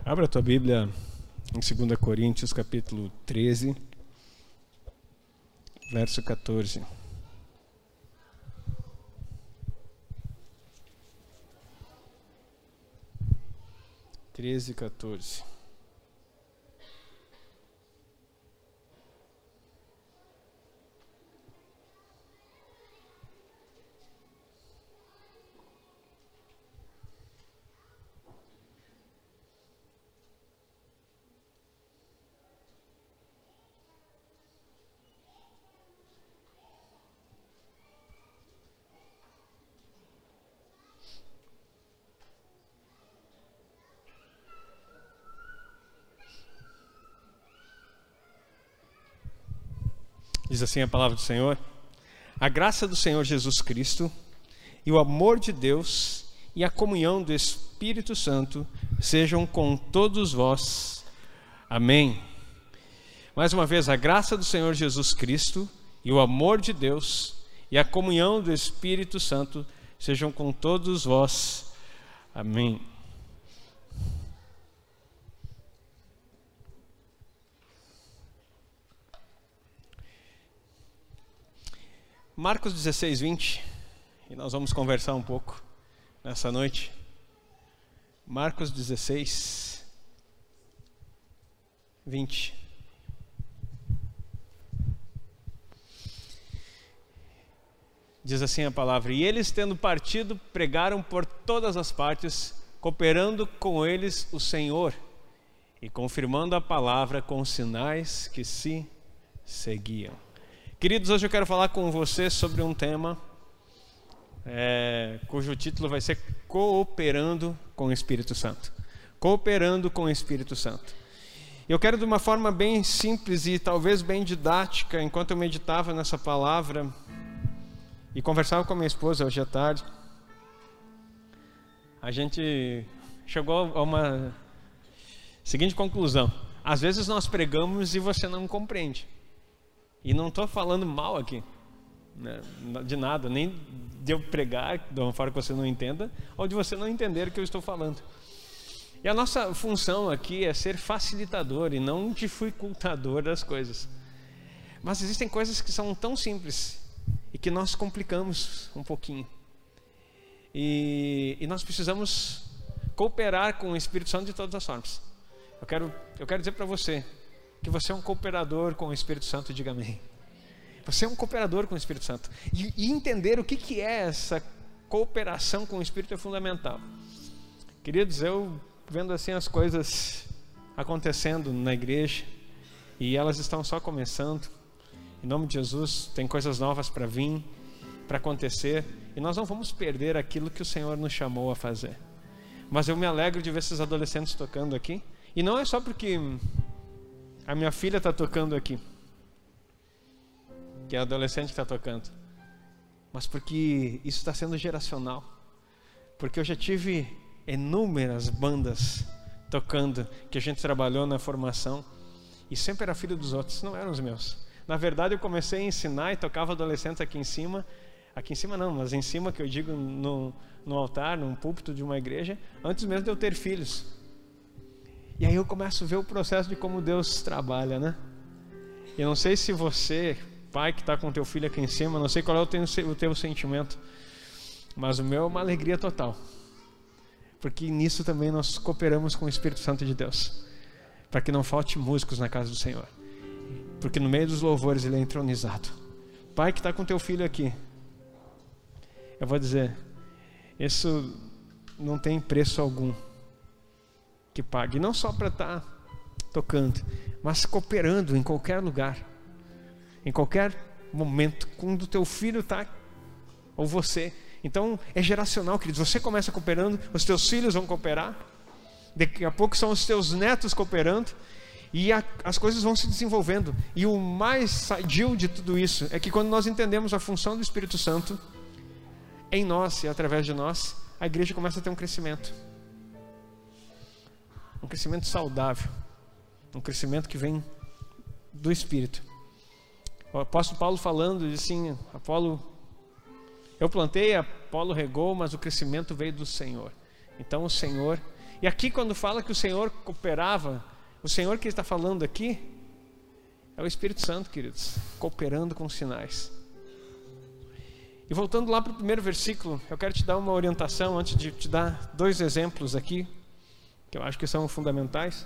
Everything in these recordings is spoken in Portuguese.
Abra a tua Bíblia em 2 Coríntios, capítulo 13, verso 14. Treze, 14. Diz assim a palavra do Senhor: a graça do Senhor Jesus Cristo e o amor de Deus e a comunhão do Espírito Santo sejam com todos vós. Amém. Mais uma vez, a graça do Senhor Jesus Cristo e o amor de Deus e a comunhão do Espírito Santo sejam com todos vós. Amém. Marcos 16, 20, e nós vamos conversar um pouco nessa noite. Marcos 16, 20. Diz assim a palavra: e eles, tendo partido, pregaram por todas as partes, cooperando com eles o Senhor e confirmando a palavra com os sinais que se seguiam. Queridos, hoje eu quero falar com você sobre um tema cujo título vai ser Cooperando com o Espírito Santo. Cooperando com o Espírito Santo. Eu quero, de uma forma bem simples e talvez bem didática, enquanto eu meditava nessa palavra e conversava com a minha esposa hoje à tarde, a gente chegou a uma seguinte conclusão: às vezes nós pregamos e você não compreende. E não estou falando mal aqui, né, de nada, nem de eu pregar de uma forma que você não entenda, ou de você não entender o que eu estou falando. E a nossa função aqui é ser facilitador e não dificultador das coisas. Mas existem coisas que são tão simples e que nós complicamos um pouquinho. E nós precisamos cooperar com o Espírito Santo de todas as formas. Eu quero dizer para você que você é um cooperador com o Espírito Santo. Diga amém. Você é um cooperador com o Espírito Santo. E entender o que é essa cooperação com o Espírito é fundamental. Queridos, eu vendo assim as coisas acontecendo na igreja, e elas estão só começando. Em nome de Jesus, tem coisas novas para vir, para acontecer, e nós não vamos perder aquilo que o Senhor nos chamou a fazer. Mas eu me alegro de ver esses adolescentes tocando aqui, e não é só porque a minha filha está tocando aqui, que é a adolescente que está tocando, mas porque isso está sendo geracional. Porque eu já tive inúmeras bandas tocando, que a gente trabalhou na formação, e sempre era filho dos outros, não eram os meus. Na verdade, eu comecei a ensinar e tocava adolescentes aqui em cima não, mas em cima, que eu digo, no altar, num púlpito de uma igreja, antes mesmo de eu ter filhos. E aí eu começo a ver o processo de como Deus trabalha, né? Eu não sei se você, pai que está com o teu filho aqui em cima, não sei qual é o teu sentimento, mas o meu é uma alegria total. Porque nisso também nós cooperamos com o Espírito Santo de Deus, para que não falte músicos na casa do Senhor. Porque no meio dos louvores ele é entronizado. Pai que está com o teu filho aqui, eu vou dizer, isso não tem preço algum que pague, não só para estar tocando, mas cooperando em qualquer lugar, em qualquer momento, quando o teu filho está, ou você. Então é geracional, queridos. Você começa cooperando, os teus filhos vão cooperar, daqui a pouco são os teus netos cooperando, e as coisas vão se desenvolvendo. E o mais sadio de tudo isso é que quando nós entendemos a função do Espírito Santo em nós e através de nós, a igreja começa a ter um crescimento saudável, um crescimento que vem do Espírito. O apóstolo Paulo falando, diz assim: eu plantei, Apolo regou, mas o crescimento veio do Senhor. Então o Senhor, E aqui quando fala que o Senhor cooperava, o Senhor que está falando aqui é o Espírito Santo, queridos, cooperando com os sinais. E voltando lá para o primeiro versículo, eu quero te dar uma orientação antes de te dar 2 exemplos aqui, que eu acho que são fundamentais.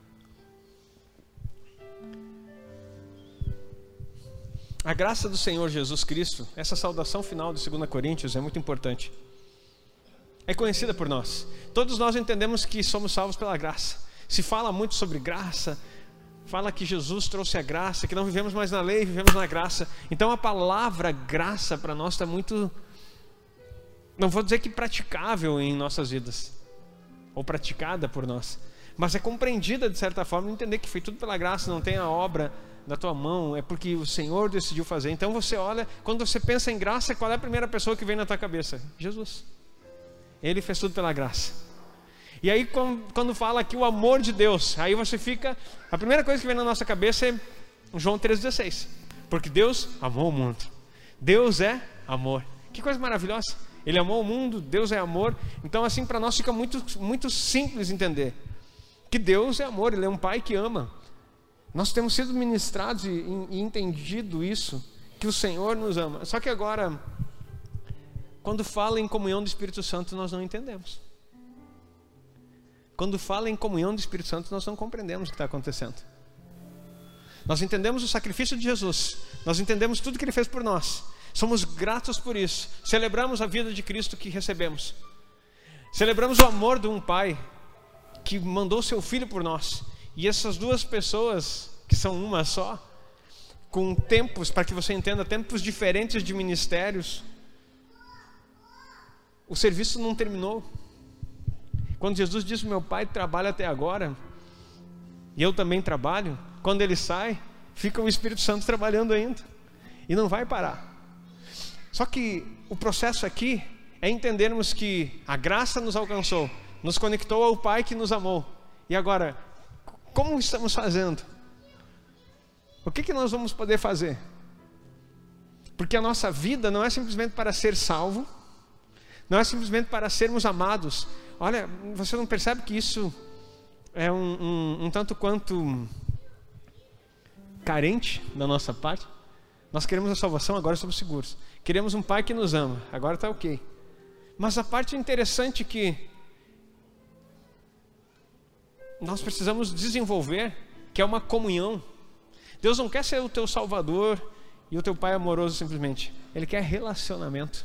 A graça do Senhor Jesus Cristo, essa saudação final de 2 Coríntios é muito importante. É conhecida por nós. Todos nós entendemos que somos salvos pela graça. Se fala muito sobre graça, fala que Jesus trouxe a graça, que não vivemos mais na lei, vivemos na graça. Então a palavra graça para nós está muito, não vou dizer que praticável em nossas vidas, ou praticada por nós, mas é compreendida de certa forma, entender que foi tudo pela graça, não tem a obra da tua mão, é porque o Senhor decidiu fazer. Então você olha, quando você pensa em graça, qual é a primeira pessoa que vem na tua cabeça? Jesus. Ele fez tudo pela graça. E aí quando fala aqui o amor de Deus, aí você fica, a primeira coisa que vem na nossa cabeça é João 3,16, porque Deus amou o mundo. Deus é amor. Que coisa maravilhosa. Ele amou o mundo, Deus é amor. Então assim para nós fica muito, muito simples entender que Deus é amor, Ele é um Pai que ama. Nós temos sido ministrados e entendido isso, que o Senhor nos ama. Só que agora, quando fala em comunhão do Espírito Santo, nós não entendemos. Quando fala em comunhão do Espírito Santo, nós não compreendemos o que está acontecendo. Nós entendemos o sacrifício de Jesus, nós entendemos tudo que Ele fez por nós, somos gratos por isso, celebramos a vida de Cristo que recebemos, celebramos o amor de um Pai que mandou seu Filho por nós. E essas duas pessoas, que são uma só, com tempos, para que você entenda, tempos diferentes de ministérios, o serviço não terminou. Quando Jesus disse, meu Pai trabalha até agora, e eu também trabalho, quando Ele sai, fica o Espírito Santo trabalhando ainda, e não vai parar. Só que o processo aqui é entendermos que a graça nos alcançou, nos conectou ao Pai que nos amou, e agora, como estamos fazendo? O que nós vamos poder fazer? Porque a nossa vida não é simplesmente para ser salvo, não é simplesmente para sermos amados. Olha, você não percebe que isso é um tanto quanto carente da nossa parte? Nós queremos a salvação, agora estamos seguros. Queremos um Pai que nos ama, agora está ok. Mas a parte interessante que nós precisamos desenvolver, que é uma comunhão. Deus não quer ser o teu Salvador e o teu Pai amoroso simplesmente. Ele quer relacionamento.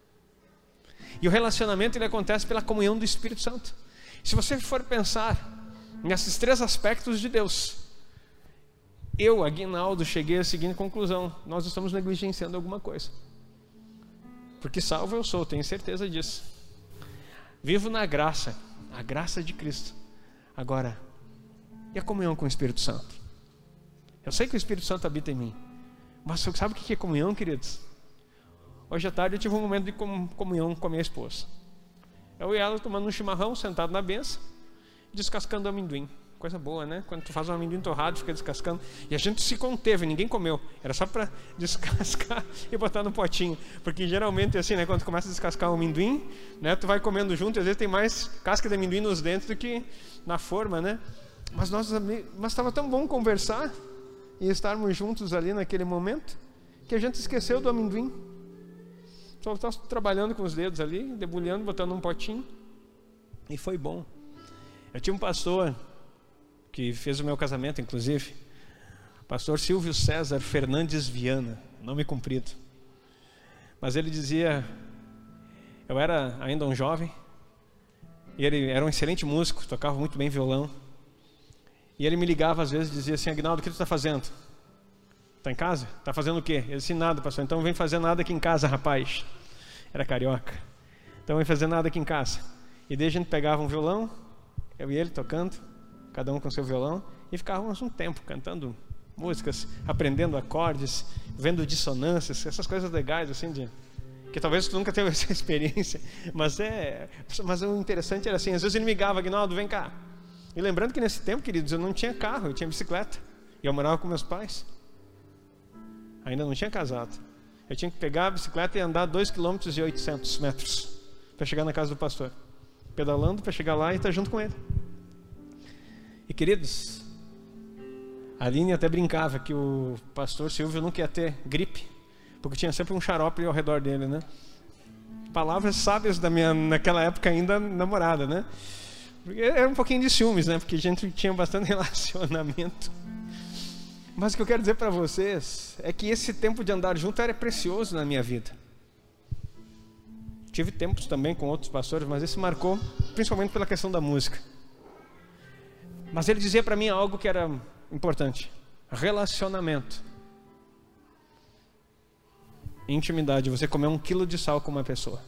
E o relacionamento ele acontece pela comunhão do Espírito Santo. Se você for pensar nesses 3 aspectos de Deus, eu, Aguinaldo, cheguei à seguinte conclusão: nós estamos negligenciando alguma coisa. Porque salvo eu sou, tenho certeza disso. Vivo na graça, a graça de Cristo. Agora, e a comunhão com o Espírito Santo? Eu sei que o Espírito Santo habita em mim, mas você sabe o que é comunhão, queridos? Hoje à tarde eu tive um momento de comunhão com a minha esposa. Eu e ela tomando um chimarrão, sentado na benção, descascando amendoim. Coisa boa, né? Quando tu faz um amendoim torrado, fica descascando. E a gente se conteve, ninguém comeu. Era só para descascar e botar no potinho. Porque geralmente é assim, né? Quando tu começa a descascar o amendoim, né? Tu vai comendo junto e às vezes tem mais casca de amendoim nos dentes do que na forma, né? Mas estava tão bom conversar e estarmos juntos ali naquele momento, que a gente esqueceu do amendoim. Só estava trabalhando com os dedos ali, debulhando, botando num potinho. E foi bom. Eu tinha um pastor que fez o meu casamento, inclusive, pastor Silvio César Fernandes Viana, nome comprido. Mas ele dizia, eu era ainda um jovem, e ele era um excelente músico, tocava muito bem violão, e ele me ligava às vezes e dizia assim, Aguinaldo, o que tu está fazendo? Está em casa? Está fazendo o quê? Ele disse, nada, pastor, então não vem fazer nada aqui em casa, rapaz. Era carioca. Então não vem fazer nada aqui em casa. E daí a gente pegava um violão, eu e ele tocando, cada um com seu violão, e ficávamos um tempo cantando músicas, aprendendo acordes, vendo dissonâncias, essas coisas legais assim, que talvez tu nunca teve essa experiência, mas o interessante era assim, às vezes ele me ligava, Aguinaldo, vem cá. E lembrando que nesse tempo, queridos, eu não tinha carro, eu tinha bicicleta, e eu morava com meus pais, ainda não tinha casado. Eu tinha que pegar a bicicleta e andar 2,8 km para chegar na casa do pastor. pedalando para chegar lá e estar junto com Ele. E queridos, a Aline até brincava que o pastor Silvio não quer ter gripe, porque tinha sempre um xarope ao redor dele, né? Palavras sábias da minha, naquela época ainda, namorada, né? Porque era um pouquinho de ciúmes, né? Porque a gente tinha bastante relacionamento. Mas o que eu quero dizer para vocês é que esse tempo de andar junto era precioso na minha vida. Tive tempos também com outros pastores, mas esse marcou principalmente pela questão da música. Mas ele dizia para mim algo que era importante: relacionamento, intimidade, você comer 1 quilo de sal com uma pessoa.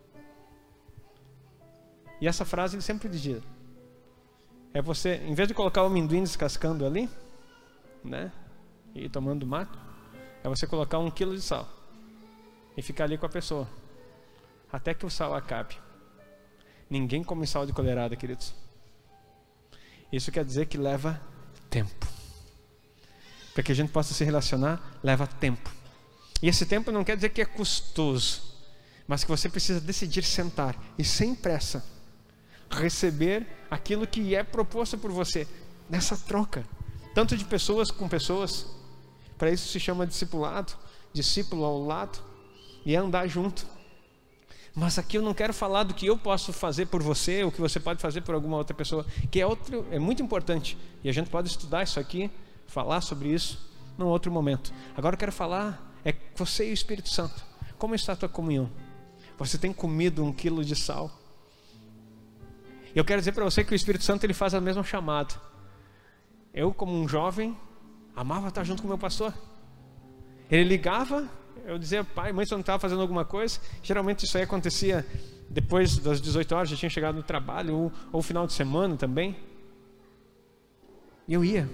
E essa frase ele sempre dizia: é você, em vez de colocar o amendoim descascando ali, né, e tomando mato, é você colocar 1 quilo de sal e ficar ali com a pessoa até que o sal acabe. Ninguém come sal de colherada, queridos. Isso quer dizer que leva tempo. Para que a gente possa se relacionar, leva tempo. E esse tempo não quer dizer que é custoso, mas que você precisa decidir sentar e sem pressa receber aquilo que é proposto por você nessa troca, tanto de pessoas com pessoas. Para isso se chama discipulado, discípulo ao lado, e é andar junto. Mas aqui eu não quero falar do que eu posso fazer por você, ou que você pode fazer por alguma outra pessoa, que é muito importante, e a gente pode estudar isso aqui, falar sobre isso num outro momento. Agora eu quero falar é você e o Espírito Santo. Como está a tua comunhão? Você tem comido 1 quilo de sal? E eu quero dizer para você que o Espírito Santo ele faz a mesma chamada. Eu, como um jovem, amava estar junto com o meu pastor. Ele ligava, eu dizia: pai, mãe, você não estava fazendo alguma coisa? Geralmente isso aí acontecia depois das 18 horas, já tinha chegado no trabalho, ou final de semana também. E eu ia,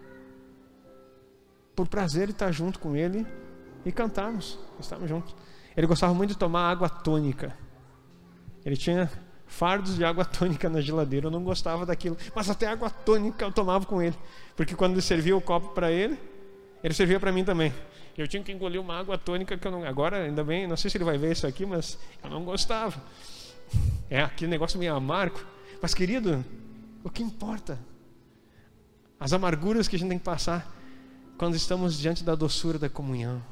por prazer de estar junto com ele e cantarmos, estávamos juntos. Ele gostava muito de tomar água tônica. Ele tinha fardos de água tônica na geladeira. Eu não gostava daquilo, mas até água tônica eu tomava com ele, porque quando ele servia o copo para ele, ele servia para mim também. Eu tinha que engolir uma água tônica que eu não... Agora, ainda bem, não sei se ele vai ver isso aqui, mas eu não gostava. É aquele negócio meio amargo. Mas, querido, o que importa? As amarguras que a gente tem que passar quando estamos diante da doçura da comunhão.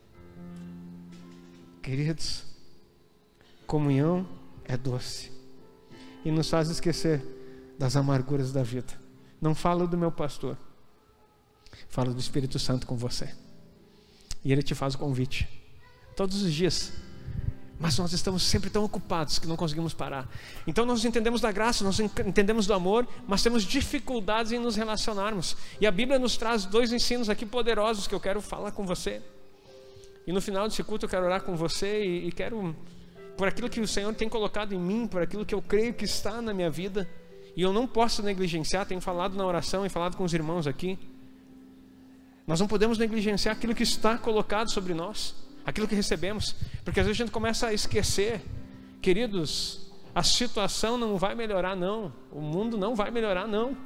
Queridos, comunhão é doce e nos faz esquecer das amarguras da vida. Não falo do meu pastor, falo do Espírito Santo com você. E ele te faz o convite todos os dias. Mas nós estamos sempre tão ocupados que não conseguimos parar. Então nós entendemos da graça, nós entendemos do amor, mas temos dificuldades em nos relacionarmos. E a Bíblia nos traz 2 ensinos aqui poderosos que eu quero falar com você. E no final desse culto eu quero orar com você e quero, por aquilo que o Senhor tem colocado em mim, por aquilo que eu creio que está na minha vida, e eu não posso negligenciar. Tenho falado na oração e falado com os irmãos aqui. Nós não podemos negligenciar aquilo que está colocado sobre nós, aquilo que recebemos, porque às vezes a gente começa a esquecer. Queridos, a situação não vai melhorar não, o mundo não vai melhorar não.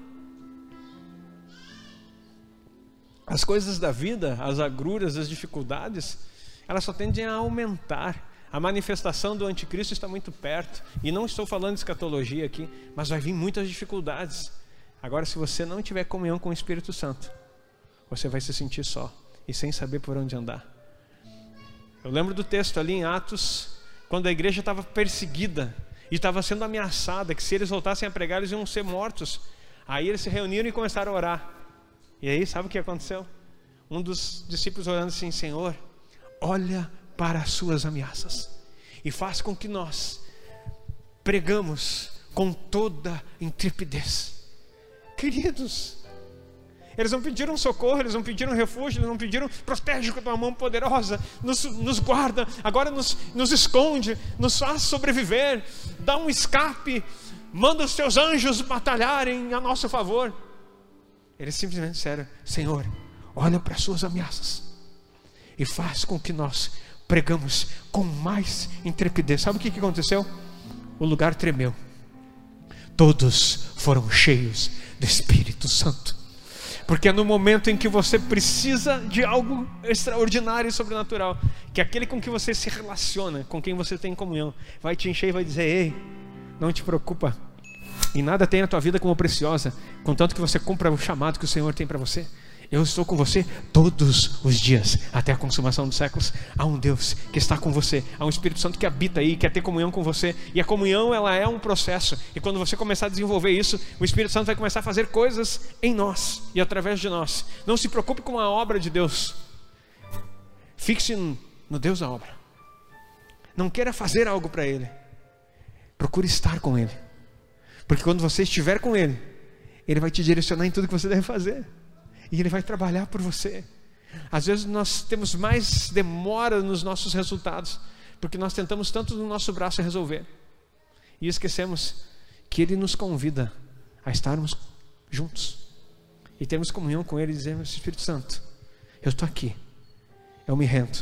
As coisas da vida, as agruras, as dificuldades, elas só tendem a aumentar. A manifestação do anticristo está muito perto, e não estou falando de escatologia aqui, mas vai vir muitas dificuldades. Agora, se você não tiver comunhão com o Espírito Santo, você vai se sentir só e sem saber por onde andar. Eu lembro do texto ali em Atos, quando a igreja estava perseguida e estava sendo ameaçada, que se eles voltassem a pregar eles iam ser mortos. Aí eles se reuniram e começaram a orar. E aí sabe o que aconteceu? Um dos discípulos orando assim: Senhor, olha para as suas ameaças e faz com que nós pregamos com toda intrepidez. Queridos, eles não pediram socorro, eles não pediram refúgio, eles não pediram: protege com a tua mão poderosa, nos guarda, agora nos esconde, nos faz sobreviver, dá um escape, manda os teus anjos batalharem a nosso favor. Eles simplesmente disseram: Senhor, olha para as suas ameaças e faz com que nós pregamos com mais intrepidez. Sabe o que aconteceu? O lugar tremeu. Todos foram cheios do Espírito Santo. Porque é no momento em que você precisa de algo extraordinário e sobrenatural, que aquele com que você se relaciona, com quem você tem comunhão, vai te encher e vai dizer: ei, não te preocupa e nada tem na tua vida como preciosa, contanto que você cumpra o chamado que o Senhor tem para você. Eu estou com você todos os dias, até a consumação dos séculos. Há um Deus que está com você, há um Espírito Santo que habita aí, quer ter comunhão com você. E a comunhão, ela é um processo. E quando você começar a desenvolver isso, o Espírito Santo vai começar a fazer coisas em nós e através de nós. Não se preocupe com a obra de Deus. Fixe no Deus da obra. Não queira fazer algo para Ele. Procure estar com Ele. Porque quando você estiver com Ele, Ele vai te direcionar em tudo que você deve fazer. E Ele vai trabalhar por você. Às vezes nós temos mais demora nos nossos resultados, porque nós tentamos tanto no nosso braço resolver. E esquecemos que Ele nos convida a estarmos juntos. E termos comunhão com Ele e dizermos: Espírito Santo, eu estou aqui. Eu me rendo.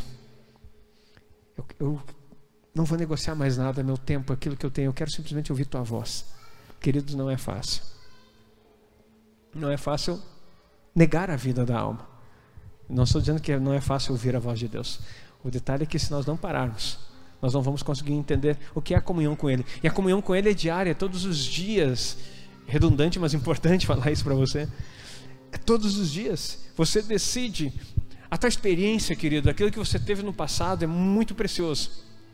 Eu não vou negociar mais nada, meu tempo, aquilo que eu tenho. Eu quero simplesmente ouvir Tua voz. Queridos, não é fácil. Não é fácil negar a vida da alma. Não estou dizendo que não é fácil ouvir a voz de Deus. O detalhe é que se nós não pararmos, nós não vamos conseguir entender o que é a comunhão com Ele. E a comunhão com Ele é diária, todos os dias. Redundante, mas importante falar isso para você. É todos os dias. Você decide. A tua experiência, querido, aquilo que você teve no passado é muito precioso.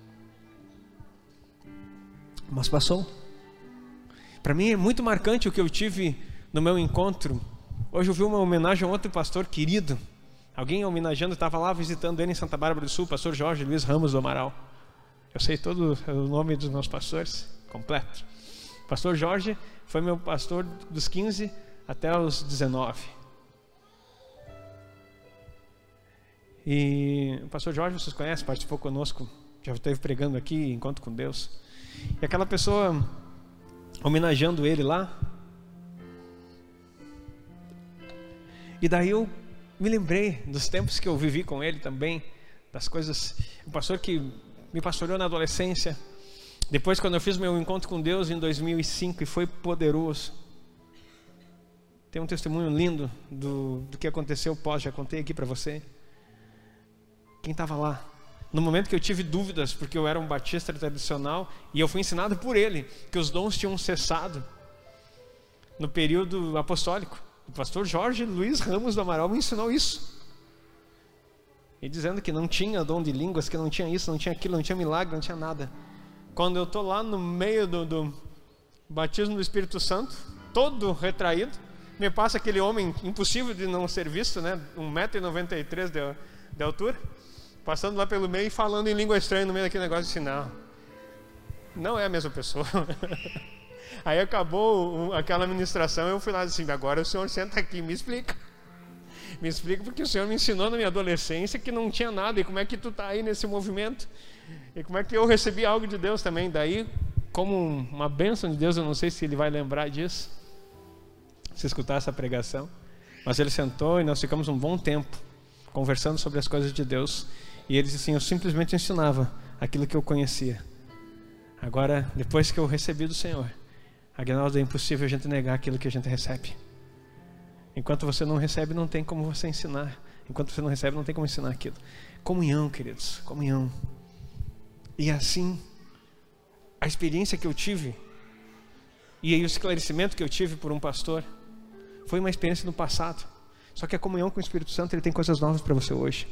Mas passou. Para mim é muito marcante o que eu tive no meu encontro. Hoje eu vi uma homenagem a outro pastor querido. Alguém homenageando, estava lá visitando ele em Santa Bárbara do Sul, pastor Jorge Luiz Ramos do Amaral. Eu sei todo o nome dos meus pastores, completo. Pastor Jorge foi meu pastor dos 15 até os 19. E o pastor Jorge, vocês conhecem, participou conosco, já esteve pregando aqui, Encontro com Deus. E aquela pessoa homenageando ele lá. E daí eu me lembrei dos tempos que eu vivi com ele também, das coisas. O pastor que me pastoreou na adolescência, depois quando eu fiz meu encontro com Deus em 2005, e foi poderoso. Tem um testemunho lindo do que aconteceu pós, já contei aqui para você. Quem estava lá? No momento que eu tive dúvidas, porque eu era um batista tradicional, e eu fui ensinado por ele, que os dons tinham cessado no período apostólico. O pastor Jorge Luiz Ramos do Amaral me ensinou isso. E dizendo que não tinha dom de línguas, que não tinha isso, não tinha aquilo, não tinha milagre, não tinha nada. Quando eu estou lá no meio do batismo do Espírito Santo, todo retraído, me passa aquele homem impossível de não ser visto, né? 1,93 m de altura, passando lá pelo meio e falando em língua estranha no meio daquele negócio assim, não é a mesma pessoa. Aí acabou aquela ministração, eu fui lá assim: agora o senhor senta aqui, me explica. Me explica, porque o senhor me ensinou na minha adolescência que não tinha nada, e como é que tu está aí nesse movimento? E como é que eu recebi algo de Deus também? Daí, como uma bênção de Deus, eu não sei se ele vai lembrar disso, se escutar essa pregação, mas ele sentou e nós ficamos um bom tempo conversando sobre as coisas de Deus. E ele disse assim: eu simplesmente ensinava aquilo que eu conhecia. Agora, depois que eu recebi do Senhor, Aguinaldo, é impossível a gente negar aquilo que a gente recebe. Enquanto você não recebe, não tem como você ensinar. Enquanto você não recebe, não tem como ensinar aquilo. Comunhão, queridos, comunhão. E assim, a experiência que eu tive, e aí o esclarecimento que eu tive por um pastor, foi uma experiência no passado. Só que a comunhão com o Espírito Santo, ele tem coisas novas para você hoje.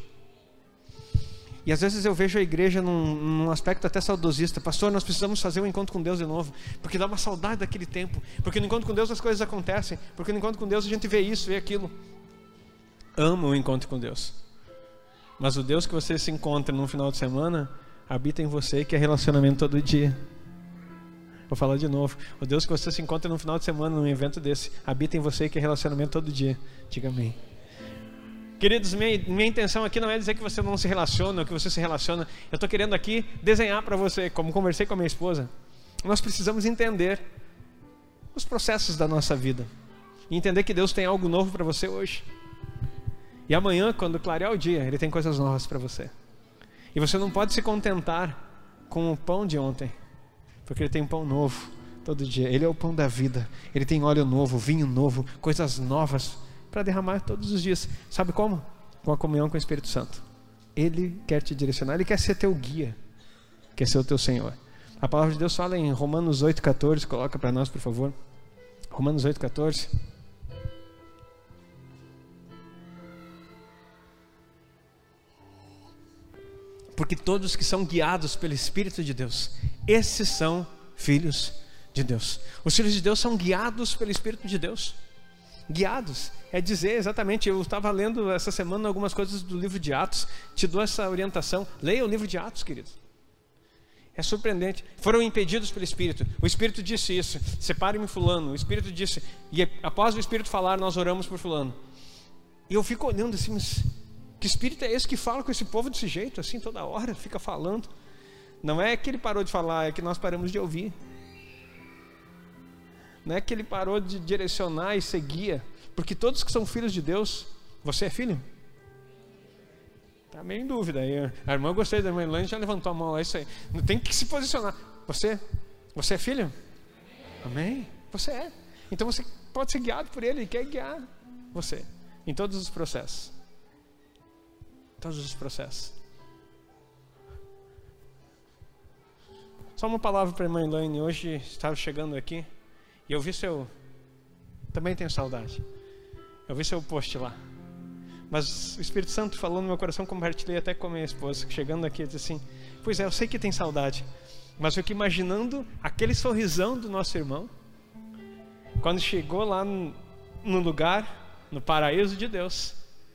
E às vezes eu vejo a igreja num aspecto até saudosista. Pastor, nós precisamos fazer um encontro com Deus de novo, porque dá uma saudade daquele tempo. Porque no encontro com Deus as coisas acontecem. Porque no encontro com Deus a gente vê isso, vê aquilo. Amo o encontro com Deus. Mas o Deus que você se encontra num final de semana habita em você, que é relacionamento todo dia. Vou falar de novo. O Deus que você se encontra num final de semana, num evento desse, habita em você, que é relacionamento todo dia. Diga amém. Queridos, minha intenção aqui não é dizer que você não se relaciona, ou que você se relaciona. Eu estou querendo aqui desenhar para você, como conversei com a minha esposa. Nós precisamos entender os processos da nossa vida. E entender que Deus tem algo novo para você hoje. E amanhã, quando clarear o dia, Ele tem coisas novas para você. E você não pode se contentar com o pão de ontem, porque Ele tem pão novo todo dia. Ele é o pão da vida. Ele tem óleo novo, vinho novo, coisas novas para derramar todos os dias. Sabe como? Com a comunhão com o Espírito Santo. Ele quer te direcionar, Ele quer ser teu guia, quer ser o teu Senhor. A palavra de Deus fala em Romanos 8,14, coloca para nós, por favor. Romanos 8,14. Porque todos que são guiados pelo Espírito de Deus, esses são filhos de Deus. Os filhos de Deus são guiados pelo Espírito de Deus. Guiados, é dizer exatamente, eu estava lendo essa semana algumas coisas do livro de Atos, te dou essa orientação, leia o livro de Atos, querido. É surpreendente. Foram impedidos pelo Espírito. O Espírito disse isso, separe-me fulano. O Espírito disse, e após o Espírito falar, nós oramos por fulano. E eu fico olhando assim, mas que Espírito é esse que fala com esse povo desse jeito, assim, toda hora, fica falando? Não é que ele parou de falar, é que nós paramos de ouvir. Não é que ele parou de direcionar e seguir, porque todos que são filhos de Deus, você é filho? Está meio em dúvida aí. A irmã, gostei da irmã Elaine, já levantou a mão, é isso aí. Não tem que se posicionar. Você é filho? Amém? Você é. Então você pode ser guiado por ele quer guiar você em todos os processos. Todos os processos. Só uma palavra para a irmã Elaine. Hoje estava chegando aqui e eu vi também tenho saudade. Eu vi seu post lá. Mas o Espírito Santo falou no meu coração, compartilhei até com a minha esposa, chegando aqui, disse assim, pois é, eu sei que tem saudade, mas eu fico imaginando aquele sorrisão do nosso irmão, quando chegou lá no lugar, no paraíso de Deus.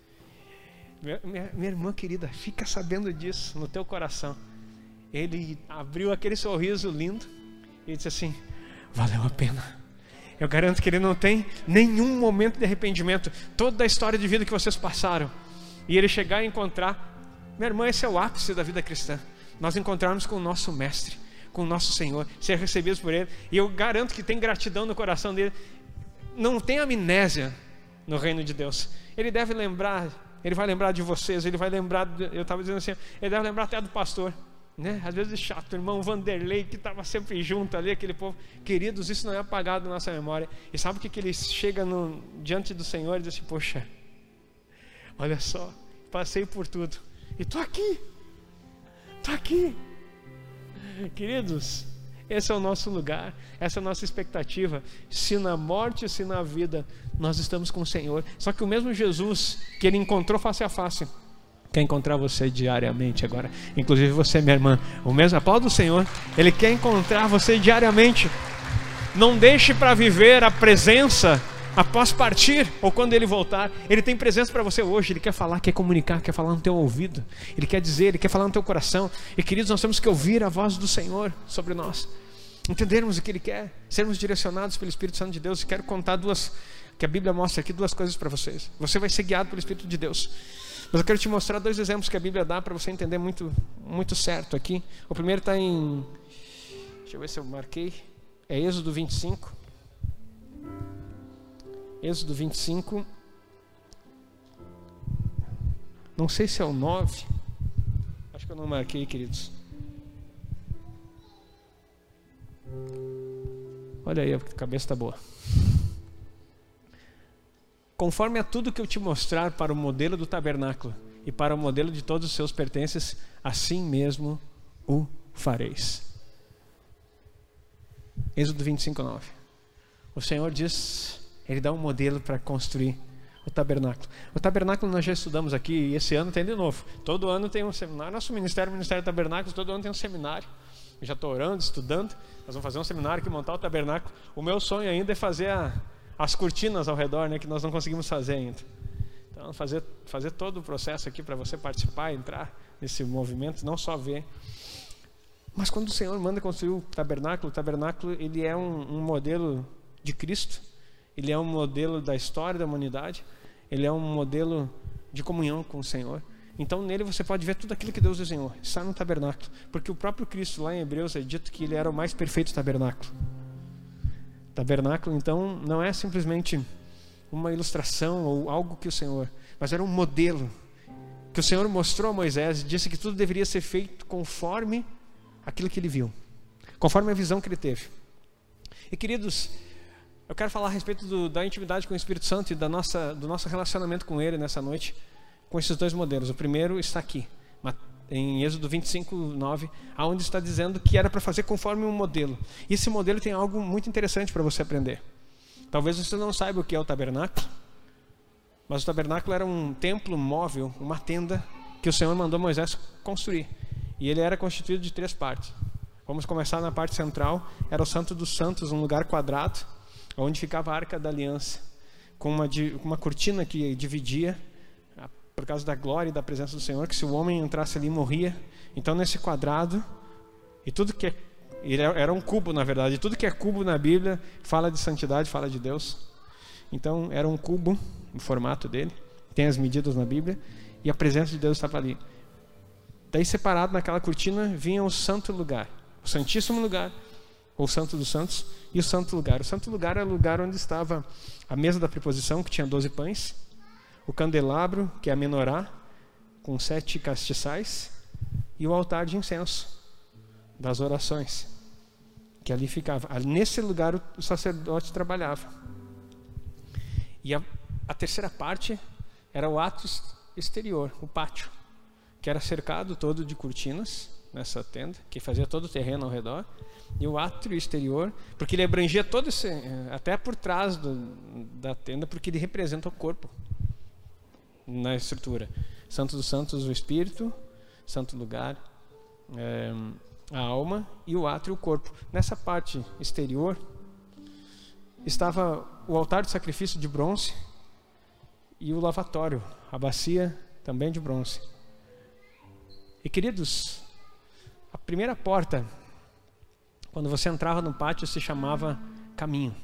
Minha irmã querida, fica sabendo disso no teu coração. Ele abriu aquele sorriso lindo e disse assim, valeu a pena. Eu garanto que ele não tem nenhum momento de arrependimento. Toda a história de vida que vocês passaram, e ele chegar e encontrar, minha irmã, esse é o ápice da vida cristã. Nós encontrarmos com o nosso mestre, com o nosso Senhor, ser recebidos por ele. E eu garanto que tem gratidão no coração dele. Não tem amnésia no reino de Deus. Ele deve lembrar, ele vai lembrar de vocês, ele vai lembrar, eu estava dizendo assim, ele deve lembrar até do pastor, né? Às vezes chato, o irmão Vanderlei, que estava sempre junto ali, aquele povo. Queridos, isso não é apagado na nossa memória. E sabe o que ele chega diante do Senhor e diz assim, poxa, olha só, passei por tudo e estou aqui. Queridos, esse é o nosso lugar, essa é a nossa expectativa. Se na morte, se na vida, nós estamos com o Senhor. Só que o mesmo Jesus que ele encontrou face a face, quer encontrar você diariamente agora. Inclusive você, minha irmã, o mesmo aplauso do Senhor. Ele quer encontrar você diariamente. Não deixe para viver a presença após partir ou quando ele voltar. Ele tem presença para você hoje. Ele quer falar, quer comunicar, quer falar no teu ouvido. Ele quer dizer, ele quer falar no teu coração. E queridos, nós temos que ouvir a voz do Senhor sobre nós, entendermos o que ele quer, sermos direcionados pelo Espírito Santo de Deus. E quero contar que a Bíblia mostra aqui, duas coisas para vocês. Você vai ser guiado pelo Espírito de Deus. Mas eu quero te mostrar dois exemplos que a Bíblia dá para você entender muito, muito certo aqui. O primeiro está em, deixa eu ver se eu marquei, é Êxodo 25. Êxodo 25, não sei se é o 9, acho que eu não marquei, queridos. Olha aí, a cabeça está boa. Conforme a tudo que eu te mostrar para o modelo do tabernáculo e para o modelo de todos os seus pertences, assim mesmo o fareis. Êxodo 25, 9. O Senhor diz, ele dá um modelo para construir o tabernáculo. O tabernáculo nós já estudamos aqui, e esse ano tem de novo. Todo ano tem um seminário. Nosso ministério, o Ministério do Tabernáculo, todo ano tem um seminário. Eu já estou orando, estudando. Nós vamos fazer um seminário aqui, montar o tabernáculo. O meu sonho ainda é fazer as cortinas ao redor, né, que nós não conseguimos fazer ainda. Então, fazer todo o processo aqui para você participar, entrar nesse movimento, não só ver. Mas quando o Senhor manda construir o tabernáculo ele é um modelo de Cristo, ele é um modelo da história da humanidade, ele é um modelo de comunhão com o Senhor. Então nele você pode ver tudo aquilo que Deus desenhou, está no tabernáculo, porque o próprio Cristo lá em Hebreus é dito que ele era o mais perfeito tabernáculo. Tabernáculo então não é simplesmente uma ilustração ou algo que o Senhor, mas era um modelo que o Senhor mostrou a Moisés e disse que tudo deveria ser feito conforme aquilo que ele viu, conforme a visão que ele teve. E queridos, eu quero falar a respeito da intimidade com o Espírito Santo e do nosso relacionamento com ele nessa noite, com esses dois modelos. O primeiro está aqui, em Êxodo 25:9, aonde está dizendo que era para fazer conforme um modelo. E esse modelo tem algo muito interessante para você aprender. Talvez você não saiba o que é o tabernáculo, mas o tabernáculo era um templo móvel, uma tenda que o Senhor mandou Moisés construir. E ele era constituído de 3 partes. Vamos começar na parte central. Era o Santo dos Santos, um lugar quadrado, onde ficava a Arca da Aliança, com uma cortina que dividia, por causa da glória e da presença do Senhor, que se o homem entrasse ali, morria. Então, nesse quadrado, e tudo que era um cubo, na verdade, tudo que é cubo na Bíblia fala de santidade, fala de Deus. Então, era um cubo, o formato dele, tem as medidas na Bíblia, e a presença de Deus estava ali. Daí, separado naquela cortina, vinha o santo lugar, o santíssimo lugar, ou Santo dos Santos, e o santo lugar. O santo lugar era o lugar onde estava a mesa da preposição, que tinha 12 pães, o candelabro, que é a menorá, com 7 castiçais, e o altar de incenso, das orações, que ali ficava. Nesse lugar o sacerdote trabalhava. E a terceira parte era o ato exterior, o pátio, que era cercado todo de cortinas, nessa tenda, que fazia todo o terreno ao redor, e o átrio exterior, porque ele abrangia todo esse, até por trás da tenda, porque ele representa o corpo na estrutura. Santo dos Santos, o Espírito, santo lugar, a alma, e o átrio, o corpo. Nessa parte exterior estava o altar de sacrifício de bronze e o lavatório, a bacia também de bronze. E queridos, a primeira porta, quando você entrava no pátio, se chamava caminho.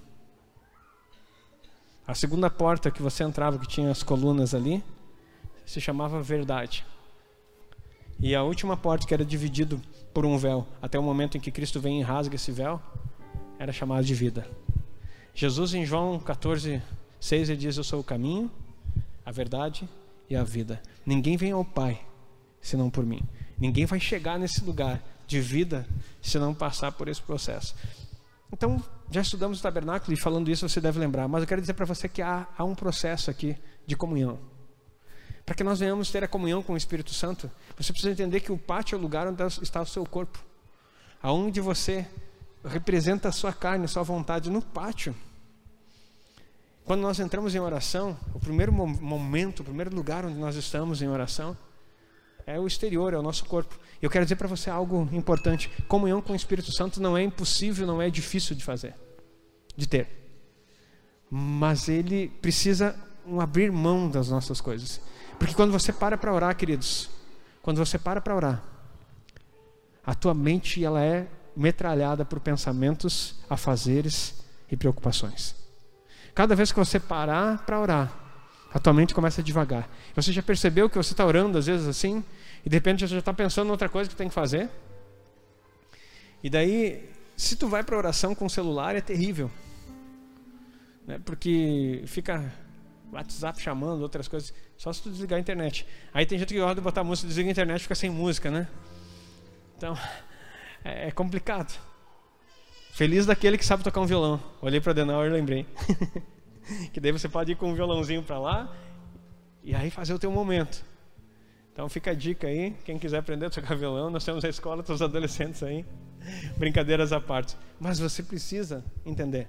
A segunda porta que você entrava, que tinha as colunas ali, se chamava verdade. E a última porta, que era dividido por um véu, até o momento em que Cristo vem e rasga esse véu, era chamada de vida. Jesus, em João 14:6, ele diz: eu sou o caminho, a verdade e a vida. Ninguém vem ao Pai senão por mim. Ninguém vai chegar nesse lugar de vida se não passar por esse processo. Então, já estudamos o tabernáculo, e falando isso você deve lembrar, mas eu quero dizer para você que há um processo aqui de comunhão. Para que nós venhamos ter a comunhão com o Espírito Santo, você precisa entender que o pátio é o lugar onde está o seu corpo, aonde você representa a sua carne, a sua vontade. No pátio, quando nós entramos em oração, o primeiro momento, o primeiro lugar onde nós estamos em oração é o exterior, é o nosso corpo. E eu quero dizer para você algo importante: comunhão com o Espírito Santo não é impossível, não é difícil de fazer, de ter, mas ele precisa abrir mão das nossas coisas. Porque quando você para orar, queridos, quando você para orar, a tua mente, ela é metralhada por pensamentos, afazeres e preocupações. Cada vez que você parar para orar, a tua mente começa a devagar. Você já percebeu que você está orando às vezes assim, e de repente você já está pensando em outra coisa que tem que fazer? E daí, se tu vai para a oração com o celular, é terrível, né? Porque fica WhatsApp chamando, outras coisas, só se tu desligar a internet. Aí tem gente que gosta de botar música, desliga a internet e fica sem música, né? Então, é complicado. Feliz daquele que sabe tocar um violão. Olhei para Adenauer e lembrei. Que daí você pode ir com um violãozinho para lá e aí fazer o teu momento. Então fica a dica aí, quem quiser aprender a tocar violão, nós temos a escola para os adolescentes aí, brincadeiras à parte. Mas você precisa entender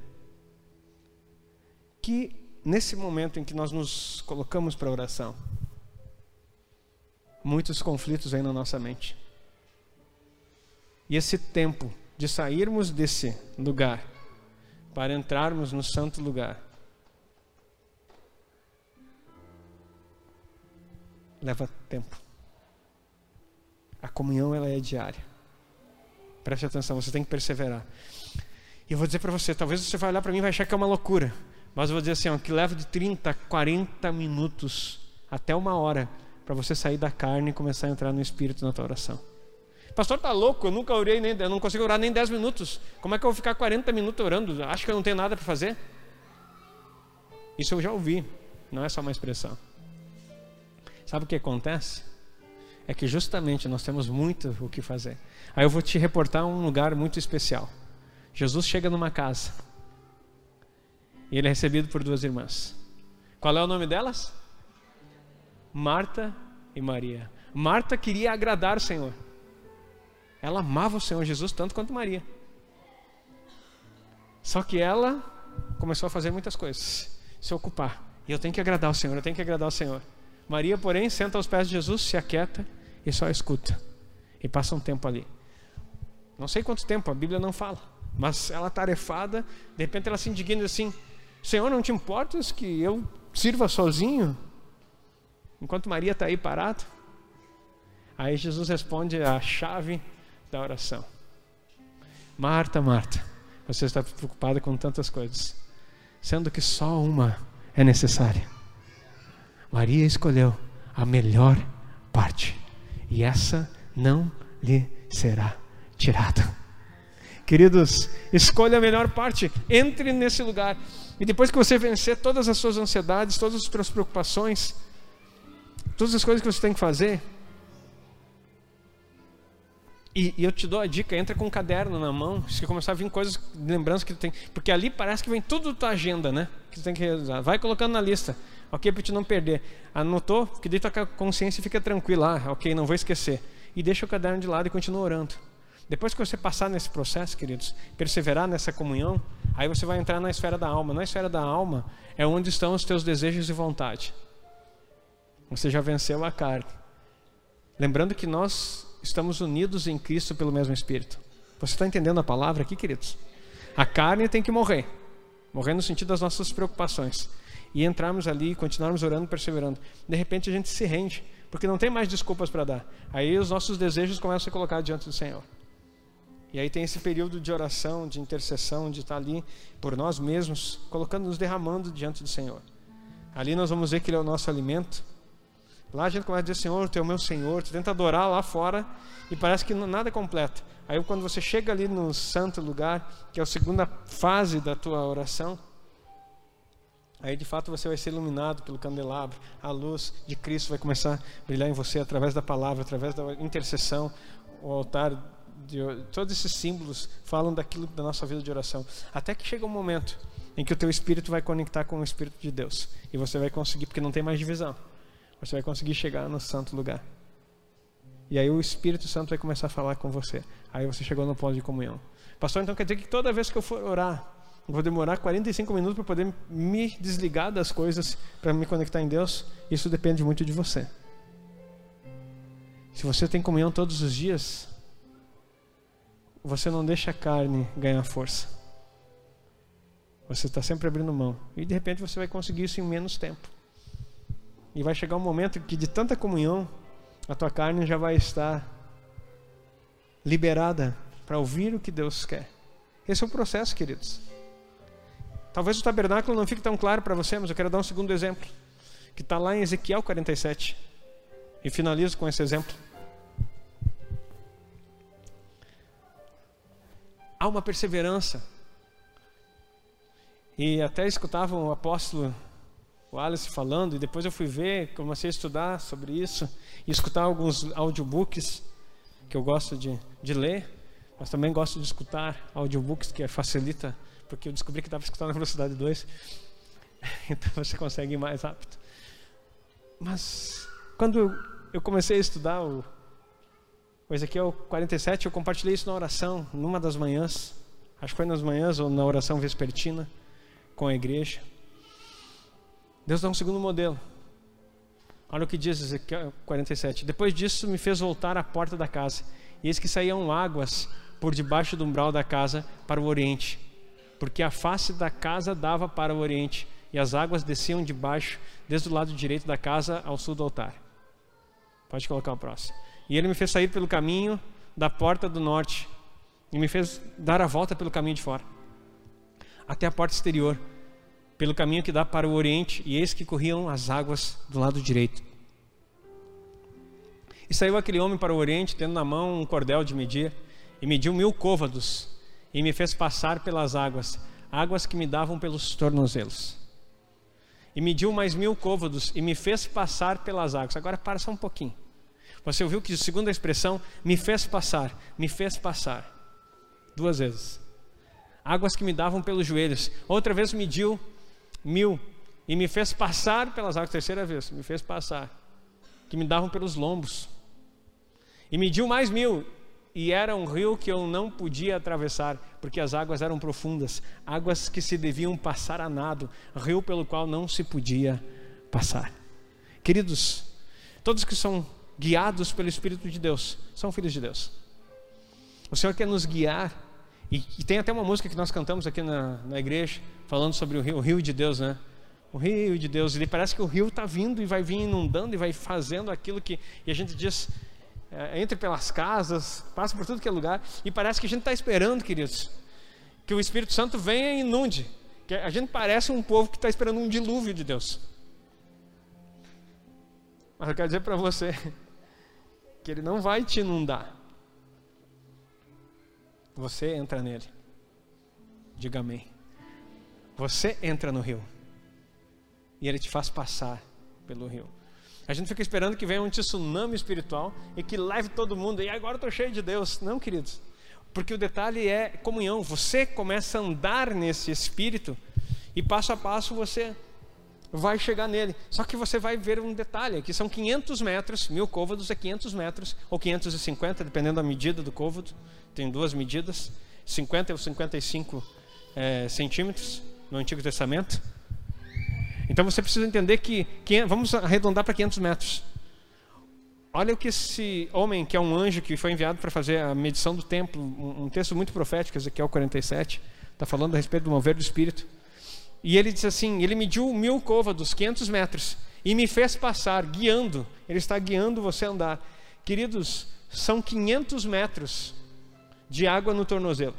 que nesse momento em que nós nos colocamos para a oração, muitos conflitos vêm na nossa mente. E esse tempo de sairmos desse lugar para entrarmos no santo lugar leva tempo. A comunhão, ela é diária. Preste atenção, você tem que perseverar. E eu vou dizer para você, talvez você vai olhar para mim e vai achar que é uma loucura, mas eu vou dizer assim, que leva de 30 a 40 minutos até 1 hora para você sair da carne e começar a entrar no Espírito na tua oração. Pastor, tá louco, eu nunca orei, eu não consigo orar nem 10 minutos. Como é que eu vou ficar 40 minutos orando? Acho que eu não tenho nada para fazer? Isso eu já ouvi, não é só uma expressão. Sabe o que acontece? É que justamente nós temos muito o que fazer. Aí eu vou te reportar um lugar muito especial. Jesus chega numa casa e ele é recebido por 2 irmãs. Qual é o nome delas? Marta e Maria. Marta queria agradar o Senhor. Ela amava o Senhor Jesus tanto quanto Maria. Só que ela começou a fazer muitas coisas, se ocupar. E eu tenho que agradar o Senhor, eu tenho que agradar o Senhor. Maria, porém, senta aos pés de Jesus, se aquieta e só escuta. E passa um tempo ali. Não sei quanto tempo, a Bíblia não fala. Mas ela tarefada, de repente ela se indigna e diz assim: Senhor, não te importas que eu sirva sozinho? Enquanto Maria está aí parada? Aí Jesus responde a chave da oração: Marta, Marta, você está preocupada com tantas coisas, sendo que só uma é necessária. Maria escolheu a melhor parte, e essa não lhe será tirada. Queridos, escolha a melhor parte, entre nesse lugar, e depois que você vencer todas as suas ansiedades, todas as suas preocupações, todas as coisas que você tem que fazer, e eu te dou a dica: entra com um caderno na mão, se começar a vir coisas, lembranças que tu tem, porque ali parece que vem tudo da tua agenda, né? Que tu tem que usar. Vai colocando na lista, ok, para te não perder. Anotou? Que daí tua consciência fica tranquila, ok, não vou esquecer. E deixa o caderno de lado e continua orando. Depois que você passar nesse processo, queridos, perseverar nessa comunhão, aí você vai entrar na esfera da alma. Na esfera da alma é onde estão os teus desejos e vontade. Você já venceu a carne. Lembrando que nós estamos unidos em Cristo pelo mesmo Espírito. Você está entendendo a palavra aqui, queridos? A carne tem que morrer. Morrer no sentido das nossas preocupações. E entrarmos ali, continuarmos orando, perseverando. De repente a gente se rende, porque não tem mais desculpas para dar. Aí os nossos desejos começam a ser colocados diante do Senhor. E aí tem esse período de oração, de intercessão, de estar ali por nós mesmos, colocando, nos derramando diante do Senhor. Ali nós vamos ver que Ele é o nosso alimento. Lá a gente começa a dizer: Senhor, Tu é o meu Senhor. Tu tenta adorar lá fora e parece que nada é completo. Aí quando você chega ali no santo lugar, que é a segunda fase da tua oração, aí de fato você vai ser iluminado pelo candelabro. A luz de Cristo vai começar a brilhar em você através da palavra, através da intercessão. O altar, todos esses símbolos falam daquilo da nossa vida de oração. Até que chega um momento em que o teu espírito vai conectar com o Espírito de Deus. E você vai conseguir, porque não tem mais divisão. Você vai conseguir chegar no santo lugar. E aí o Espírito Santo vai começar a falar com você. Aí você chegou no ponto de comunhão. Pastor, então quer dizer que toda vez que eu for orar, eu vou demorar 45 minutos para poder me desligar das coisas, para me conectar em Deus? Isso depende muito de você. Se você tem comunhão todos os dias, você não deixa a carne ganhar força. Você está sempre abrindo mão. E de repente você vai conseguir isso em menos tempo. E vai chegar um momento que de tanta comunhão, a tua carne já vai estar liberada para ouvir o que Deus quer. Esse é o processo, queridos. Talvez o tabernáculo não fique tão claro para você, mas eu quero dar um segundo exemplo, que está lá em Ezequiel 47. E finalizo com esse exemplo. Há uma perseverança. E até escutava o apóstolo o Alice falando, e depois eu fui ver, comecei a estudar sobre isso, e escutar alguns audiobooks, que eu gosto de ler, mas também gosto de escutar audiobooks, que facilita, porque eu descobri que estava escutando na velocidade 2, então você consegue ir mais rápido. Mas quando eu comecei a estudar o Ezequiel 47, eu compartilhei isso na oração, numa das manhãs, acho que foi nas manhãs ou na oração vespertina, com a igreja. Deus dá um segundo modelo. Olha o que diz Ezequiel 47. Depois disso me fez voltar à porta da casa, e eis que saíam águas por debaixo do umbral da casa para o oriente, porque a face da casa dava para o oriente, e as águas desciam de baixo, desde o lado direito da casa ao sul do altar. Pode colocar o próximo. E ele me fez sair pelo caminho da porta do norte, e me fez dar a volta pelo caminho de fora, até a porta exterior, pelo caminho que dá para o oriente, e eis que corriam as águas do lado direito. E saiu aquele homem para o oriente, tendo na mão um cordel de medir, e mediu 1000 côvados, e me fez passar pelas águas, águas que me davam pelos tornozelos. E mediu mais 1000 côvados, e me fez passar pelas águas. Agora para só um pouquinho. Você ouviu que, segundo a expressão, me fez passar, 2 vezes. Águas que me davam pelos joelhos. Outra vez mediu 1000 e me fez passar pelas águas. 3ª vez, me fez passar, que me davam pelos lombos. E mediu mais 1000. E era um rio que eu não podia atravessar, porque as águas eram profundas, águas que se deviam passar a nado, rio pelo qual não se podia passar. Queridos, todos que são guiados pelo Espírito de Deus são filhos de Deus. O Senhor quer nos guiar, e tem até uma música que nós cantamos aqui na igreja, falando sobre o rio de Deus, né? O rio de Deus, e parece que o rio está vindo e vai vir inundando e vai fazendo aquilo que, e a gente diz, entre pelas casas, passa por tudo que é lugar, e parece que a gente está esperando, queridos, que o Espírito Santo venha e inunde. Que a gente parece um povo que está esperando um dilúvio de Deus. Mas eu quero dizer para você que Ele não vai te inundar. Você entra nele. Diga amém. Você entra no rio e Ele te faz passar pelo rio. A gente fica esperando que venha um tsunami espiritual e que leve todo mundo. E agora eu estou cheio de Deus. Não, queridos. Porque o detalhe é comunhão. Você começa a andar nesse Espírito e passo a passo você vai chegar nele. Só que você vai ver um detalhe, que são 500 metros, 1000 côvados é 500 metros, ou 550, dependendo da medida do côvado. Tem duas medidas, 50 ou 55 centímetros no Antigo Testamento. Então você precisa entender que vamos arredondar para 500 metros. Olha o que esse homem, que é um anjo que foi enviado para fazer a medição do templo, um texto muito profético, Ezequiel 47, está falando a respeito do mover do Espírito. E ele diz assim, ele mediu 1000 côvados, 500 metros, e me fez passar, guiando. Ele está guiando você a andar. Queridos, são 500 metros de água no tornozelo,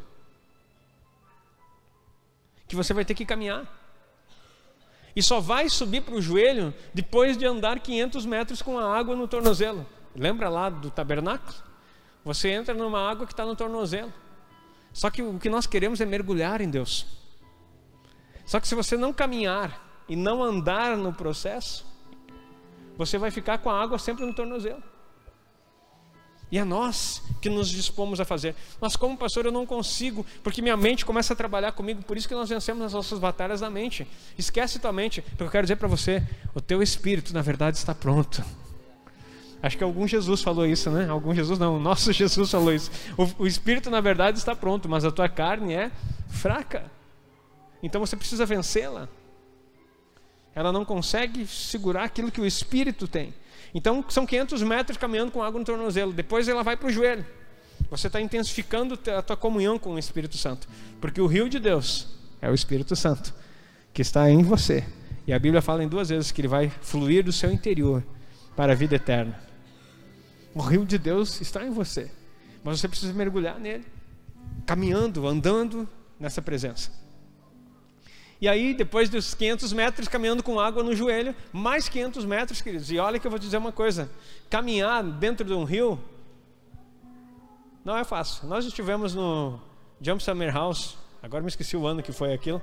que você vai ter que caminhar. E só vai subir para o joelho depois de andar 500 metros com a água no tornozelo. Lembra lá do tabernáculo? Você entra numa água que está no tornozelo. Só que o que nós queremos é mergulhar em Deus. Só que se você não caminhar e não andar no processo, você vai ficar com a água sempre no tornozelo. E é nós que nos dispomos a fazer. Mas como pastor eu não consigo, porque minha mente começa a trabalhar comigo. Por isso que nós vencemos as nossas batalhas da mente. Esquece tua mente, porque eu quero dizer para você, o teu espírito na verdade está pronto. Acho que algum Jesus falou isso, né? Algum Jesus não, o nosso Jesus falou isso. O espírito na verdade está pronto, mas a tua carne é fraca. Então você precisa vencê-la. Ela não consegue segurar aquilo que o espírito tem. Então são 500 metros caminhando com água no tornozelo. Depois ela vai para o joelho. Você está intensificando a tua comunhão com o Espírito Santo. Porque o rio de Deus é o Espírito Santo que está em você. E a Bíblia fala em 2 vezes que ele vai fluir do seu interior para a vida eterna. O rio de Deus está em você. Mas você precisa mergulhar nele. Caminhando, andando nessa presença. E aí, depois dos 500 metros, caminhando com água no joelho, mais 500 metros, queridos. E olha que eu vou dizer uma coisa. Caminhar dentro de um rio não é fácil. Nós estivemos no Jump Summer House. Agora me esqueci o ano que foi aquilo.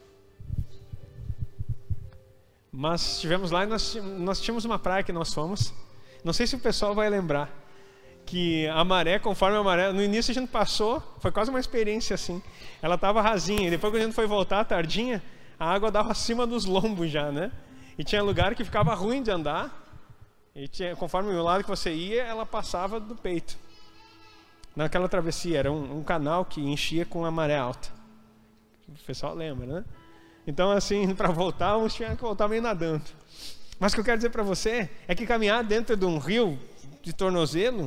Mas estivemos lá e nós tínhamos uma praia que nós fomos. Não sei se o pessoal vai lembrar. Que a maré, conforme a maré, no início a gente passou, foi quase uma experiência assim. Ela estava rasinha, e depois quando a gente foi voltar à tardinha, a água dava acima dos lombos já, né? E tinha lugar que ficava ruim de andar, e conforme o lado que você ia, ela passava do peito. Naquela travessia, era um canal que enchia com a maré alta. O pessoal lembra, né? Então assim, para voltar, uns tinham que voltar meio nadando. Mas o que eu quero dizer para você é que caminhar dentro de um rio de tornozelo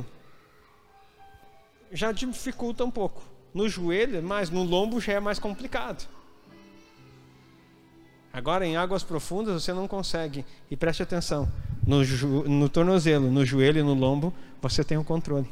já dificulta um pouco. No joelho, mas no lombo já é mais complicado. Agora, em águas profundas, você não consegue. E preste atenção, no tornozelo, no joelho e no lombo, você tem o controle.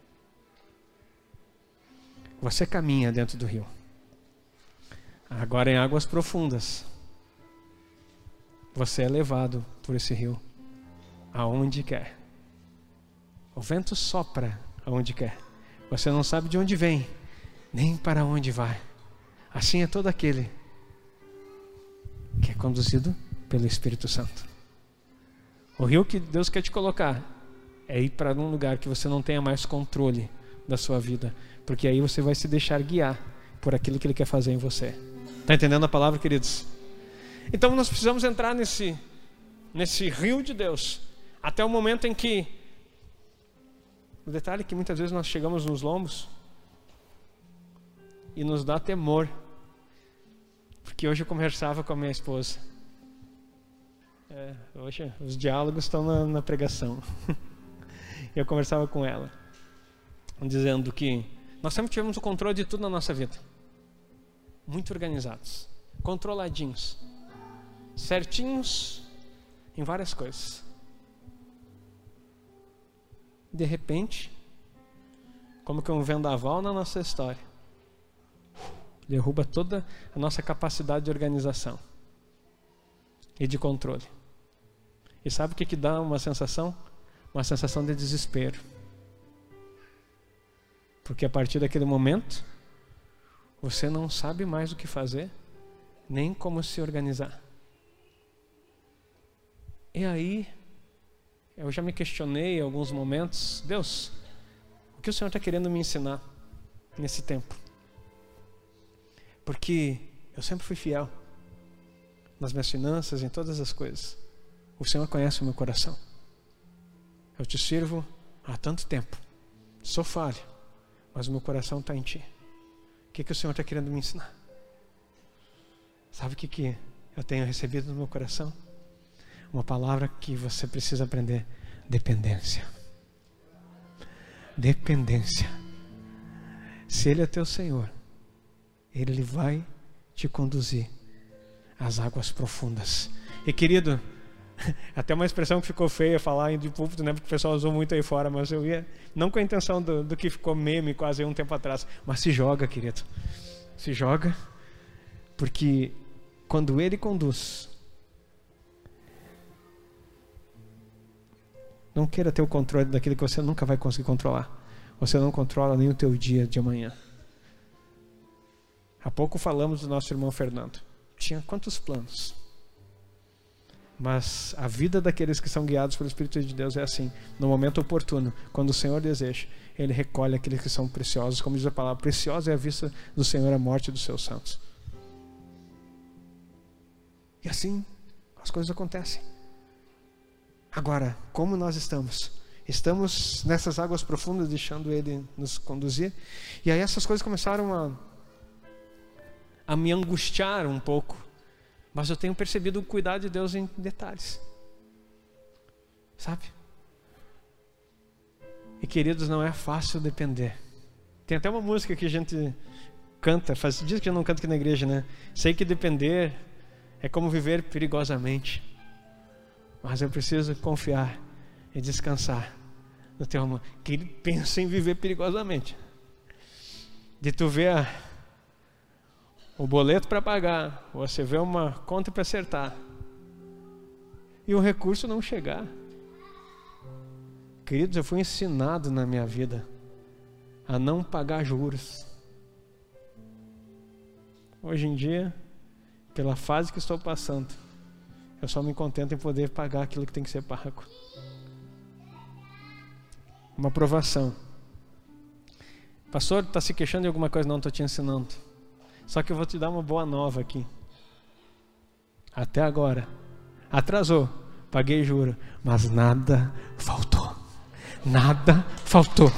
Você caminha dentro do rio. Agora, em águas profundas, você é levado por esse rio aonde quer. O vento sopra aonde quer. Você não sabe de onde vem, nem para onde vai. Assim é todo aquele que é conduzido pelo Espírito Santo. O rio que Deus quer te colocar é ir para um lugar que você não tenha mais controle da sua vida, porque aí você vai se deixar guiar por aquilo que Ele quer fazer em você. Está entendendo a palavra, queridos? Então nós precisamos entrar nesse rio de Deus, até o momento em que O detalhe é que muitas vezes nós chegamos nos lombos e nos dá temor. Porque hoje eu conversava com a minha esposa. Hoje os diálogos estão na pregação. Eu conversava com ela, dizendo que nós sempre tivemos o controle de tudo na nossa vida. Muito organizados, controladinhos, certinhos em várias coisas. De repente, como que um vendaval na nossa história derruba toda a nossa capacidade de organização e de controle. E sabe o que dá uma sensação? Uma sensação de desespero. Porque a partir daquele momento, você não sabe mais o que fazer, nem como se organizar. E aí, eu já me questionei em alguns momentos: Deus, o que o Senhor está querendo me ensinar nesse tempo? Porque eu sempre fui fiel nas minhas finanças, em todas as coisas. O Senhor conhece o meu coração. Eu te sirvo há tanto tempo. Sou falho, mas o meu coração está em Ti. O que o Senhor está querendo me ensinar? Sabe o que eu tenho recebido no meu coração? Uma palavra que você precisa aprender: dependência. Dependência. Se Ele é teu Senhor, Ele vai te conduzir às águas profundas. E querido, até uma expressão que ficou feia falar de púlpito, né? Porque o pessoal usou muito aí fora, mas eu ia, não com a intenção do que ficou meme quase um tempo atrás, mas se joga, querido. Se joga, porque quando Ele conduz, não queira ter o controle daquilo que você nunca vai conseguir controlar. Você não controla nem o teu dia de amanhã. Há pouco falamos do nosso irmão Fernando. Tinha quantos planos? Mas a vida daqueles que são guiados pelo Espírito de Deus é assim: no momento oportuno, quando o Senhor deseja, Ele recolhe aqueles que são preciosos. Como diz a palavra, preciosa é a vista do Senhor a morte dos seus santos. E assim as coisas acontecem. Agora, como nós estamos? Estamos nessas águas profundas, deixando Ele nos conduzir. E aí essas coisas começaram a me angustiar um pouco. Mas eu tenho percebido o cuidado de Deus em detalhes. Sabe? E queridos, não é fácil depender. Tem até uma música que a gente canta, faz dias que eu não canto aqui na igreja, né? Sei que depender é como viver perigosamente. Mas eu preciso confiar e descansar no teu amor. Que ele pensa em viver perigosamente. De tu ver o boleto para pagar, ou você vê uma conta para acertar e o recurso não chegar. Queridos, eu fui ensinado na minha vida a não pagar juros. Hoje em dia, pela fase que estou passando, eu só me contento em poder pagar aquilo que tem que ser pago. Uma provação. Pastor, está se queixando de alguma coisa? Não, estou te ensinando. Só que eu vou te dar uma boa nova aqui. Até agora, atrasou, paguei juro, mas nada faltou. Nada faltou.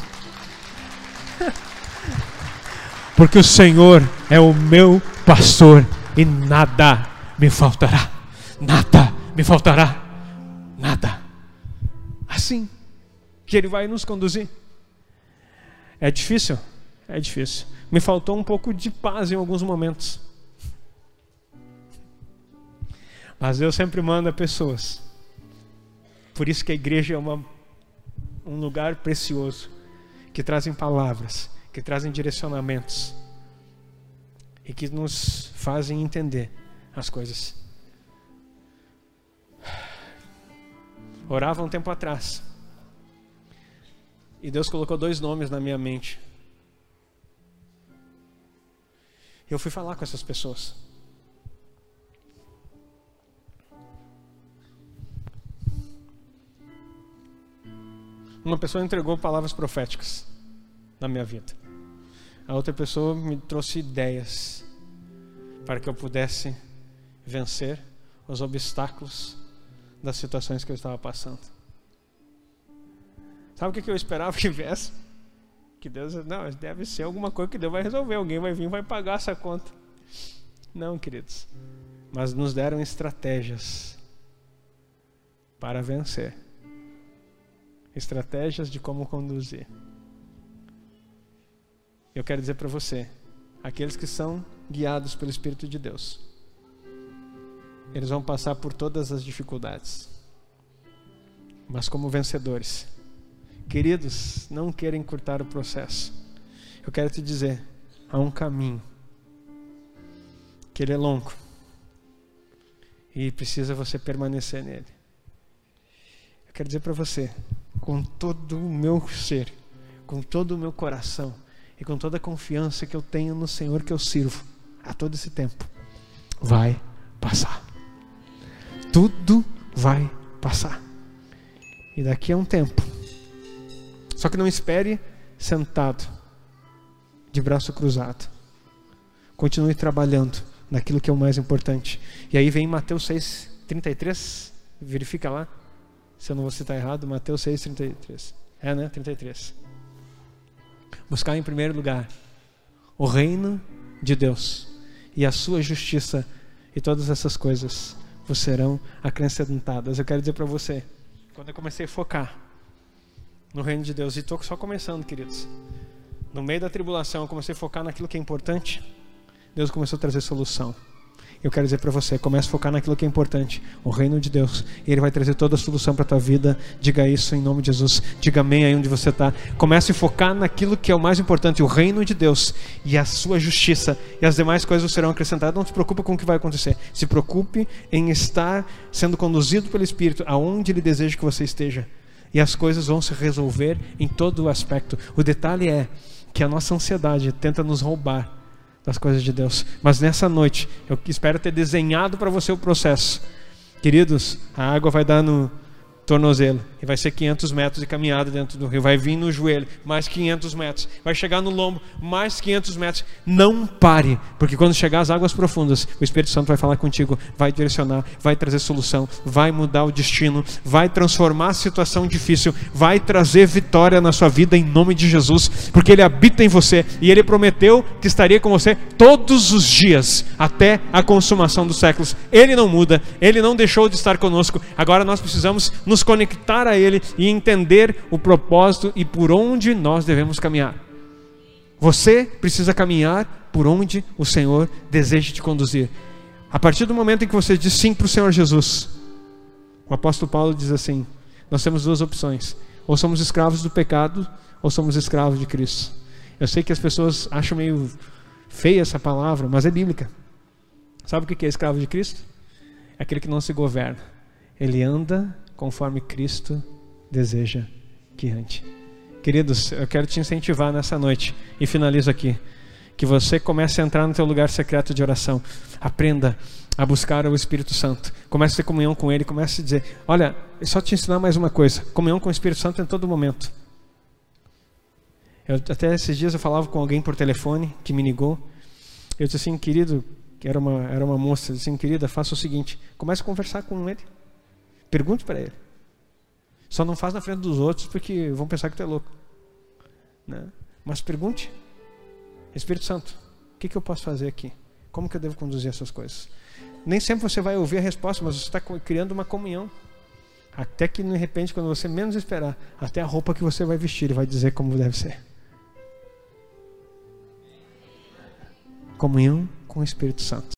Porque o Senhor é o meu pastor e nada me faltará. Nada me faltará. Nada. Assim que Ele vai nos conduzir. É difícil? É difícil. Me faltou um pouco de paz em alguns momentos. Mas Deus sempre manda pessoas. Por isso que a igreja é um lugar precioso, que trazem palavras, que trazem direcionamentos e que nos fazem entender as coisas. Orava um tempo atrás e Deus colocou 2 nomes na minha mente. Eu fui falar com essas pessoas. Uma pessoa entregou palavras proféticas na minha vida. A outra pessoa me trouxe ideias para que eu pudesse vencer os obstáculos das situações que eu estava passando. Sabe o que eu esperava que viesse? Que Deus, não, deve ser alguma coisa que Deus vai resolver. Alguém vai vir e vai pagar essa conta. Não, queridos. Mas nos deram estratégias para vencer. Estratégias de como conduzir. Eu quero dizer para você, aqueles que são guiados pelo Espírito de Deus, eles vão passar por todas as dificuldades, mas como vencedores. Queridos, não queiram encurtar o processo. Eu quero te dizer, há um caminho, que ele é longo, e precisa você permanecer nele. Eu quero dizer para você, com todo o meu ser, com todo o meu coração, e com toda a confiança que eu tenho no Senhor que eu sirvo a todo esse tempo, vai passar. Tudo vai passar. E daqui a um tempo, só que não espere sentado, de braço cruzado. Continue trabalhando naquilo que é o mais importante. E aí vem Mateus 6:33, verifica lá, se eu não vou citar errado, Mateus 6:33. É, né? 33. Buscar em primeiro lugar o reino de Deus e a sua justiça, e todas essas coisas vos serão acrescentadas. Eu quero dizer para você, quando eu comecei a focar no reino de Deus, e estou só começando, queridos, no meio da tribulação eu comecei a focar naquilo que é importante, Deus começou a trazer solução. Eu quero dizer para você, comece a focar naquilo que é importante, o reino de Deus, e Ele vai trazer toda a solução para a tua vida. Diga isso em nome de Jesus, diga amém aí onde você está. Comece a focar naquilo que é o mais importante, o reino de Deus e a sua justiça, e as demais coisas serão acrescentadas. Não se preocupe com o que vai acontecer, se preocupe em estar sendo conduzido pelo Espírito aonde Ele deseja que você esteja, e as coisas vão se resolver em todo o aspecto. O detalhe é que a nossa ansiedade tenta nos roubar das coisas de Deus. Mas nessa noite, eu espero ter desenhado para você o processo. Queridos, a água vai dar no tornozelo, e vai ser 500 metros de caminhada dentro do rio, vai vir no joelho, mais 500 metros, vai chegar no lombo, mais 500 metros. Não pare, porque quando chegar às águas profundas, o Espírito Santo vai falar contigo, vai direcionar, vai trazer solução, vai mudar o destino, vai transformar a situação difícil, vai trazer vitória na sua vida em nome de Jesus, porque Ele habita em você, e Ele prometeu que estaria com você todos os dias, até a consumação dos séculos. Ele não muda, Ele não deixou de estar conosco. Agora nós precisamos nos conectar a Ele e entender o propósito e por onde nós devemos caminhar. Você precisa caminhar por onde o Senhor deseja te conduzir. A partir do momento em que você diz sim para o Senhor Jesus, o apóstolo Paulo diz assim: nós temos duas opções, ou somos escravos do pecado, ou somos escravos de Cristo. Eu sei que as pessoas acham meio feia essa palavra, mas é bíblica. Sabe o que é escravo de Cristo? É aquele que não se governa, ele anda conforme Cristo deseja que ande. Queridos, eu quero te incentivar nessa noite, e finalizo aqui, que você comece a entrar no teu lugar secreto de oração. Aprenda a buscar o Espírito Santo, comece a ter comunhão com Ele, comece a dizer, olha, só te ensinar mais uma coisa, comunhão com o Espírito Santo em todo momento. Até esses dias eu falava com alguém por telefone, que me ligou, eu disse assim, querido, que era uma moça, eu disse assim, querida, faça o seguinte, comece a conversar com Ele, pergunte para Ele. Só não faz na frente dos outros, porque vão pensar que tu é louco, né? Mas pergunte, Espírito Santo, o que eu posso fazer aqui? Como que eu devo conduzir essas coisas? Nem sempre você vai ouvir a resposta, mas você está criando uma comunhão. Até que de repente, quando você menos esperar, até a roupa que você vai vestir, Ele vai dizer como deve ser. Comunhão com o Espírito Santo.